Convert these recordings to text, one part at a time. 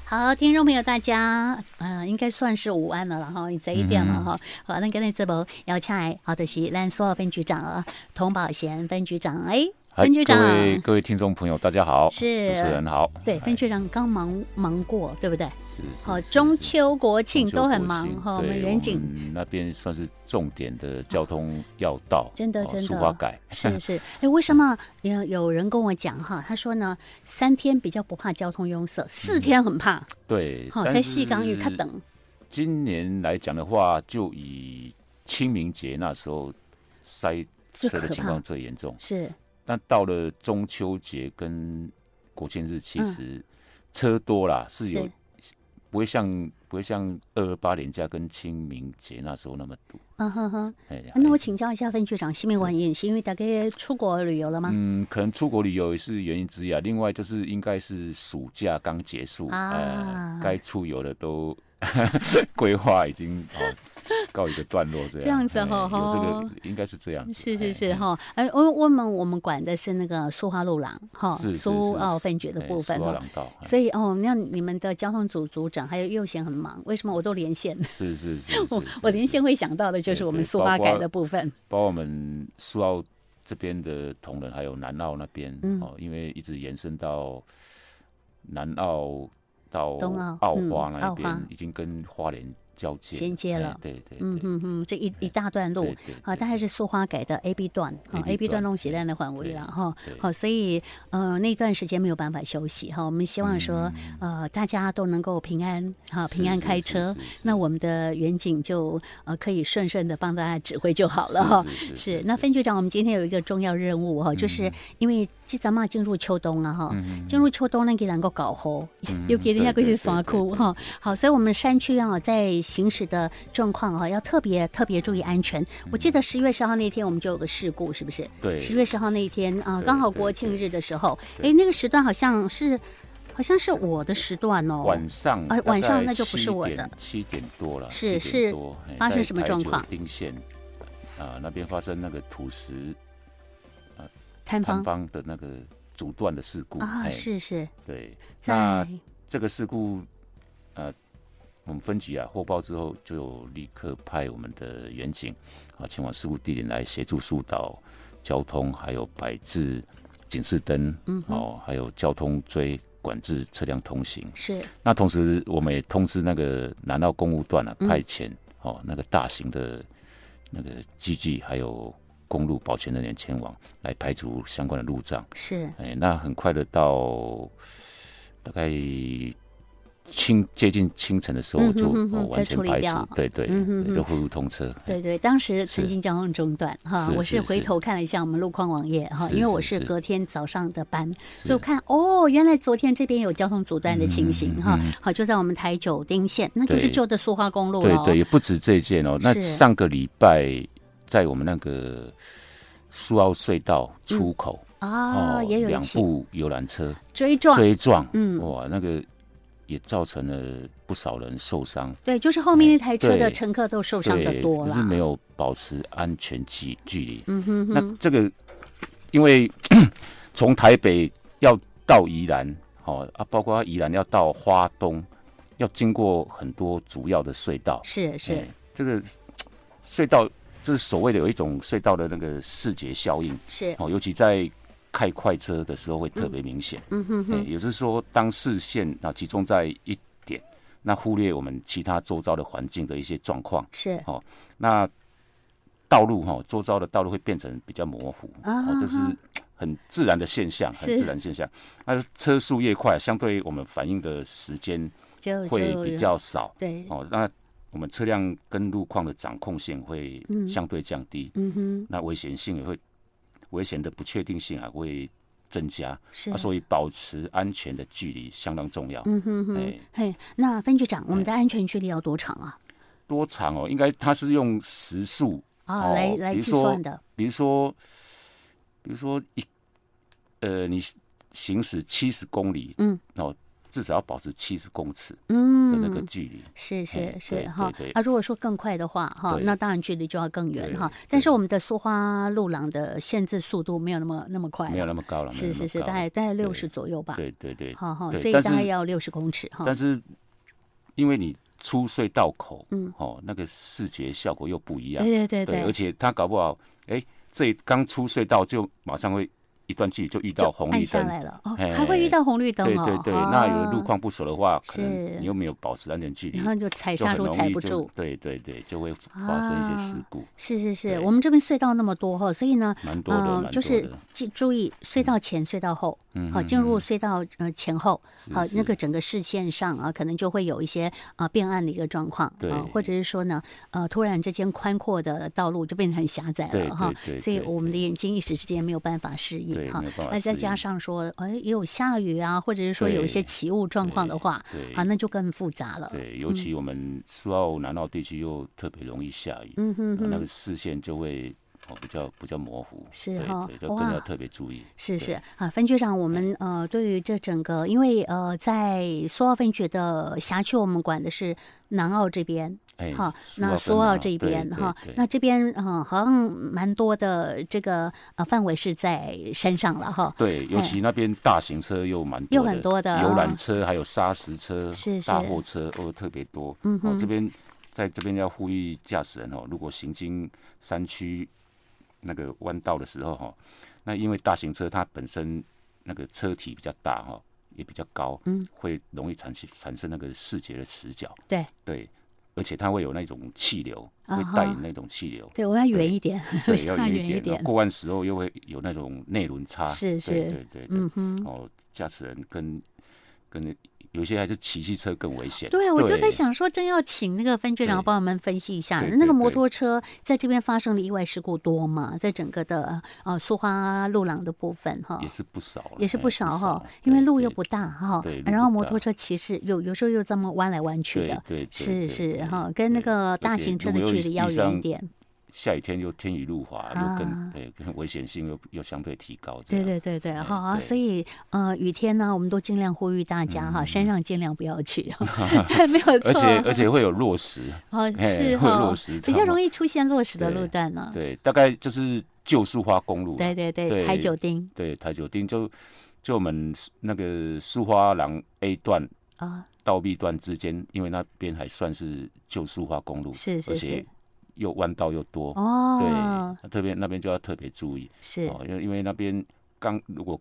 好，听众朋友大家，应该算是午安了哈，这一点了哈。好，咱今日节目邀请来，好的是咱所有分局长童宝贤分局长，分局长， 各位听众朋友，大家好， 是主持人好。 对，分局长刚忙过，对不对？ 是。 好，中秋国庆都很忙哈。我们远景那边算是重点的交通要道， 真的苏花改是。为什么有人跟我讲哈？他说呢，3天比较不怕交通拥塞，4天很怕。 对， 好，在细港屿较等。 今年来讲的话，就以清明节那时候塞车的情况最严重， 是。 但到了中秋节跟国庆日，其实车多啦，是有不会像228连假跟清明节那时候那么堵。 那我请教一下分局长，新明晚宴是因为大概出国旅游了吗？ 可能出国旅游也是原因之一啊。另外就是应该是暑假刚结束该出游的都规划已经告一个段落，这样子哈，有这个应该是这样子。 是哈，我们管的是那个苏花路廊哈，苏澳分局的部分哈，所以那你们的交通组组长还有右贤很忙，为什么我都连线？ 是我连线会想到的就是我们苏花改的部分， 包括我们苏澳这边的同仁，还有南澳那边因为一直延伸到南澳到澳花那边，已经跟花莲衔接了， 对， 这一大段路大概是苏花改的 AB 段，AB 段弄起来的环围了哈，好，所以那段时间没有办法休息哈，我们希望说大家都能够平安开车，那我们的远景就可以顺的帮大家指挥就好了哈。是，那分局长，我们今天有一个重要任务哈，就是因为咱们进入秋冬了哈，进入秋冬那个能够搞好，尤其人家过去山区哈，好，所以我们山区在行驶的状况要特别注意安全。我记得10月10号那天我们就有个事故，是不是？ 对 ，10月10号那一天刚好国庆日的时候，那个时段好像是我的时段哦， 晚上那就不是我的 ，7点多了， 是发生什么状况？ 丁线那边发生那个土石摊方的那个阻断的事故是， 对，那这个事故我们分局获报之后，就有立刻派我们的远警前往事故地点来协助疏导交通，还有摆置警示灯，还有交通锥管制车辆通行。 是。 那同时我们也通知那个南澳公路段派遣那个大型的那个机具，还有公路保全人员前往来排除相关的路障。 是。 那很快的到大概接近清晨的时候就完全排除，对，就恢复通车。 对，当时曾经交通中断哈，我是回头看了一下我们路况网页哈，因为我是隔天早上的班，所以我看原来昨天这边有交通阻断的情形哈，好，就在我们台9丁线，那就是旧的苏花公路了。 对，也不止这件那上个礼拜在我们那个苏澳隧道出口也有 2部游览车追撞， 哇，那个也造成了不少人受伤。 对，就是后面那台车的乘客都受伤的多了， 就是没有保持安全距离。那这个因为从台北要到宜兰，包括宜兰要到花东，要经过很多主要的隧道。 是， 这个隧道就是所谓的有一种隧道的那个视觉效应， 是尤其在开快车的时候会特别明显，也就是说，当视线集中在一点，那忽略我们其他周遭的环境的一些状况， 是那道路周遭的道路会变成比较模糊，这是很自然的现象，那车速越快，相对我们反应的时间会比较少， 对， 那我们车辆跟路况的掌控性会相对降低，那危险的不确定性还会增加，所以保持安全的距离相当重要。 那分局长，我们的安全距离要多长啊？ 多长应该它是用时速来计算的。 比如说你行驶70公里， 至少要保持70公尺的那个距离。 是哈。如果说更快的话哈，那当然距离就要更远哈。但是我们的苏花路廊的限制速度没有那么快， 没有那么高了。 是，大概60左右吧。 对。 好，所以大概要60公尺哈。 但是因为你出隧道口，那个视觉效果又不一样。对，而且他搞不好，这刚出隧道就马上会一段距离就遇到红绿灯， 来了还会遇到红绿灯对，那有的路况不熟的话，可能你又没有保持安全距离， 然后就踩刹车踩不住， 对，就会发生一些事故。 是，我们这边隧道那么多哈，所以呢， 蛮多的， 就是注意隧道前、隧道后，好，进入隧道前后，好，那个整个视线上啊，可能就会有一些变暗的一个状况，或者是说呢，突然之间宽阔的道路就变得很狭窄了哈，所以我们的眼睛一时之间没有办法适应。那再加上说，也有下雨啊，或者是说有一些起雾状况的话，那就更复杂了。 对，尤其我们苏澳、南澳地区又特别容易下雨，那个视线就会比较模糊， 是哈， 就更要特别注意。 是啊，分局长，我们对于这整个，因为在苏澳分局的辖区，我们管的是南澳这边。好，那苏澳这边哈，那这边好像蛮多的这个范围是在山上了哈。 对，尤其那边大型车又蛮多的，游览车还有砂石车、大货车特别多。这边在这边要呼吁驾驶人如果行经山区那个弯道的时候那因为大型车它本身那个车体比较大也比较高，会容易产生那个视觉的死角。对。而且它会有那种气流，会带引那种气流。 对，我要远一点， 对，要远一点。过弯时候又会有那种内轮差。 是， 对。驾驶人跟有些还是骑汽车更危险。 对，我就在想说，真要请那个分局长帮我们分析一下，那个摩托车在这边发生的意外事故多吗？在整个的苏花路廊的部分也是不少， 哈，因为路又不大哈，然后摩托车骑士有时候又这么弯来弯去的，是哈，跟那个大型车的距离要远一点。 下雨天又天雨路滑，又更危险性又相对提高。 对，好，所以雨天呢，我们都尽量呼吁大家哈，山上尽量不要去，没有错。 而且会有落石， 是会有落石， 比较容易出现落石的路段呢。 对，大概就是旧苏花公路， 对，台九丁， 对，台九丁就我们那个苏花廊 A 段到 B 段之间，因为那边还算是旧苏花公路， 是， 而且又弯道又多对，那边就要特别注意， 是因为那边如果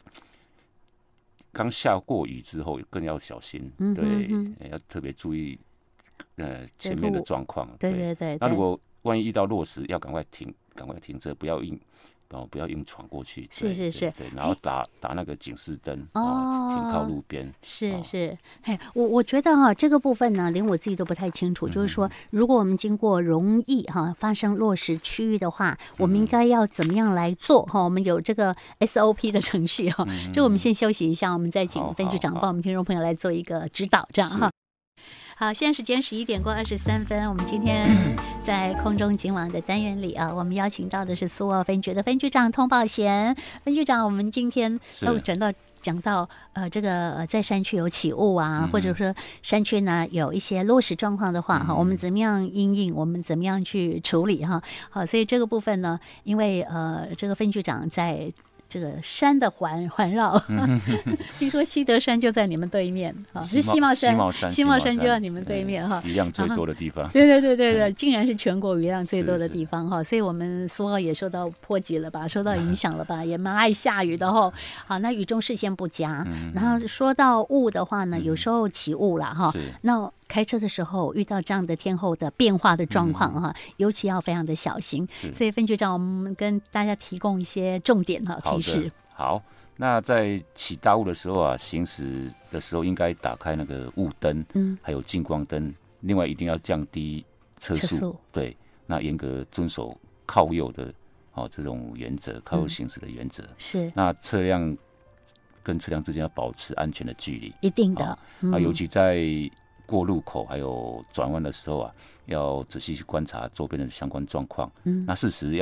刚下过雨之后，更要小心，对，要特别注意前面的状况， 对。 那如果万一遇到落石，要赶快停车，不要硬闯过去。 是。 对，然后打那个警示灯，停靠路边。 是。我觉得这个部分呢，连我自己都不太清楚。就是说，如果我们经过容易发生落石区域的话，我们应该要怎么样来做我们有这个 SOP 的程序就我们先休息一下，我们再请分局长帮我们听众朋友来做一个指导，这样哈。好，现在时间11点过23分。我们今天在空中警网的单元里我们邀请到的是苏澳分局的分局长童宝贤分局长。我们今天讲到这个在山区有起雾或者说山区呢有一些落石状况的话我们怎么样因应，我们怎么样去处理好，所以这个部分呢，因为这个分局长在这个山的环绕，听说西德山就在你们对面是西茂山就在你们对面雨量最多的地方。 对，竟然是全国雨量最多的地方所以我们苏澳也受到波及了吧，受到影响了吧，也蛮爱下雨的好，那雨中视线不佳，然后说到雾的话呢，有时候起雾了那开车的时候遇到这样的天候的变化的状况尤其要非常的小心。所以分局长，我们跟大家提供一些重点提示。 好，那在起大雾的时候行驶的时候应该打开那个雾灯，还有近光灯。另外一定要降低车速，对，那严格遵守靠右的这种原则，靠右行驶的原则。是，那车辆跟车辆之间要保持安全的距离， 一定的。 尤其在过路口还有转弯的时候要仔细去观察周边的相关状况。那适时要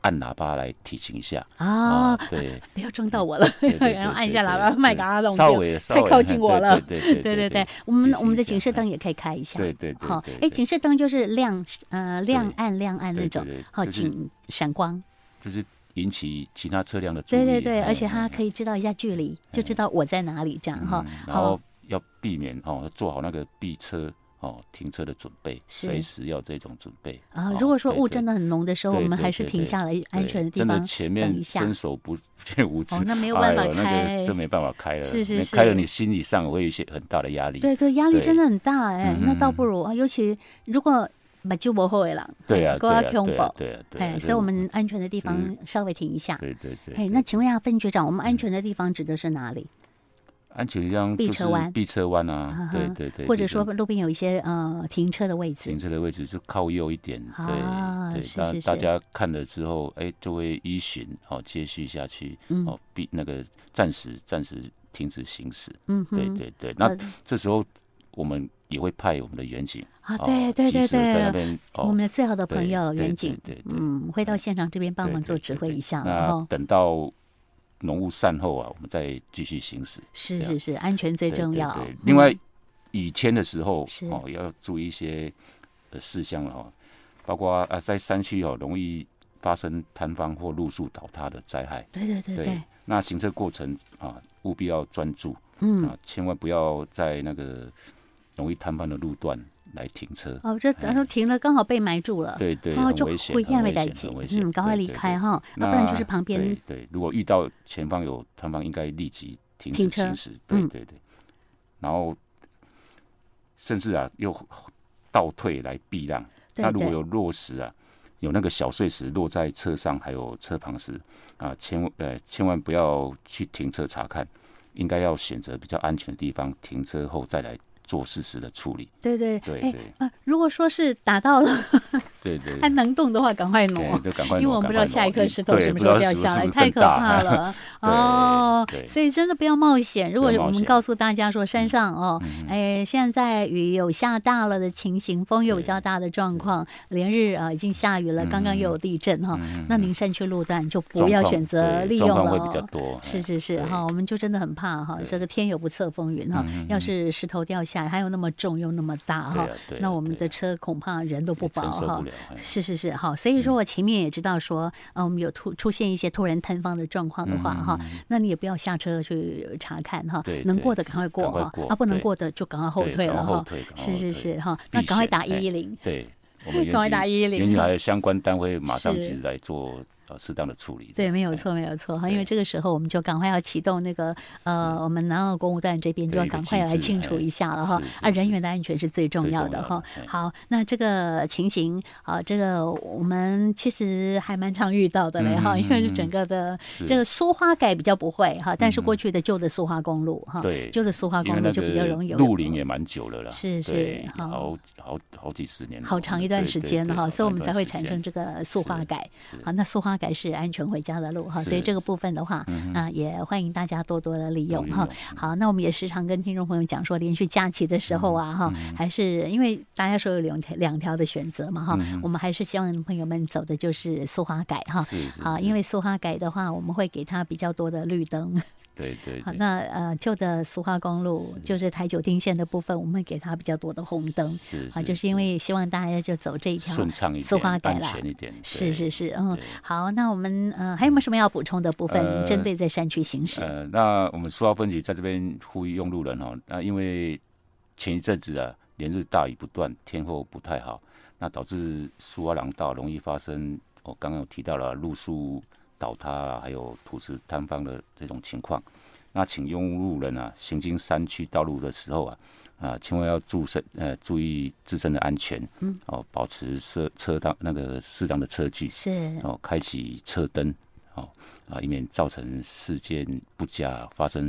按喇叭来提醒一下啊， 对， 不要撞到我了，然后按一下喇叭，麦给他弄稍微太靠近我了。 对， 我们的警示灯也可以开一下。 对， 好，警示灯就是亮暗那种，好，警闪光， 就是引起其他车辆的注意。 对，而且它可以知道一下距离，就知道我在哪里这样哈。 然后要避免做好那个避车。停车的准备，随时要这种准备啊。如果说雾真的很浓的时候，我们还是停下来安全的地方， 真的前面伸手不见五指， 那没有办法开， 这没办法开了， 是， 开了你心理上会有一些很大的压力。 对，压力真的很大那倒不如尤其如果把就不会了， 对啊， 所以我们安全的地方稍微停一下。 对。 那请问一下分局长，我们安全的地方指的是哪里？ 安全地方就是避车弯啊，对， 或者说路边有一些停车的位置， 就靠右一点，对， 是大家看了之后，就会依循接续下去，避那个暂时停止行驶，对，那这时候我们也会派我们的员警对， 在那边我们的最好的朋友员警， 对， 会到现场这边帮忙做指挥一下， 那等到浓雾散后我们再继续行驶。 是，安全最重要。 对，另外雨天的时候要注意一些事项包括在山区容易发生坍方或路树倒塌的灾害。 对。 那行车过程务必要专注，千万不要在那个容易坍方的路段来停车这停了刚好被埋住了， 对，很危险，很危险， 赶快离开不然就是旁边对，如果遇到前方有摊方，应该立即停止行驶，对，然后甚至又倒退来避让。那如果有落石有那个小碎石落在车上还有车旁时千万不要去停车查看，应该要选择比较安全的地方停车后再来做适时的处理。对， 如果说是打到了对， 还能动的话赶快挪，因为我们不知道下一颗石头什么时候掉下来，太可怕了所以真的不要冒险。如果我们告诉大家说山上现在雨有下大了的情形，风有比较大的状况，连日已经下雨了，刚刚又有地震那您山区路段就不要选择利用了， 会比较多。 是我们就真的很怕这个天有不测风云要是石头掉下来还有那么重又那么大那我们的车恐怕人都不保是所以说我前面也知道说我们有出现一些突然坍方的状况的话那你也不要下车去查看能过的赶快过不能过的就赶快后退了是那赶快打110， 对，我们赶快打110， 原来还有相关单位马上其实来做适当的处理。 对，没有错因为这个时候我们就赶快要启动那个我们南澳公务段这边就要赶快来清除一下了人员的安全是最重要的好，那这个情形这个我们其实还蛮常遇到的嘞因为是整个的这个苏花改比较不会但是过去的旧的苏花公路对， 旧的苏花公路就比较容易有路龄也蛮久了啦， 是好几十年， 好长一段时间了所以我们才会产生这个苏花改那苏花改是安全回家的路所以这个部分的话也欢迎大家多多的利用好，那我们也时常跟听众朋友讲说，连续假期的时候还是因为大家说有两条的选择嘛我们还是希望朋友们走的就是苏花改好，因为苏花改的话我们会给它比较多的绿灯。 对， 好，那旧的苏花公路就是台九丁线的部分，我们会给它比较多的红灯，就是因为希望大家就走这一条顺畅一点、 苏花改来， 安全一点。 是，好，那我们还有没有什么要补充的部分？针对在山区行驶， 那我们苏花分局在这边呼吁用路人那因为前一阵子连日大雨不断，天候不太好，那导致苏花廊道容易发生我刚刚有提到了路树倒塌还有土石坍方的这种情况，那请用路人行经山区道路的时候千万要注意自身的安全，保持车当那个适当的车距， 是开启车灯，以免造成事件不佳发生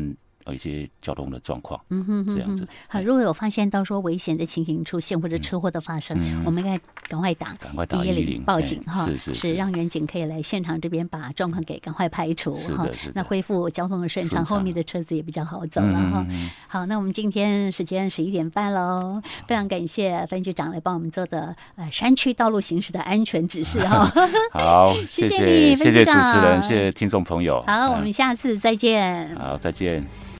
一些交通的状况， 这样子。 好，如果有发现到说危险的情形出现或者车祸的发生，我们应该赶快打110报警哈，是让员警可以来现场这边把状况给赶快排除哈，那恢复交通的顺畅，后面的车子也比较好走了哈。好，那我们今天时间11点半喽，非常感谢分局长来帮我们做的山区道路行驶的安全指示哈。 好， 谢谢你， 谢谢主持人，谢谢听众朋友。 好，我们下次再见。 好，再见。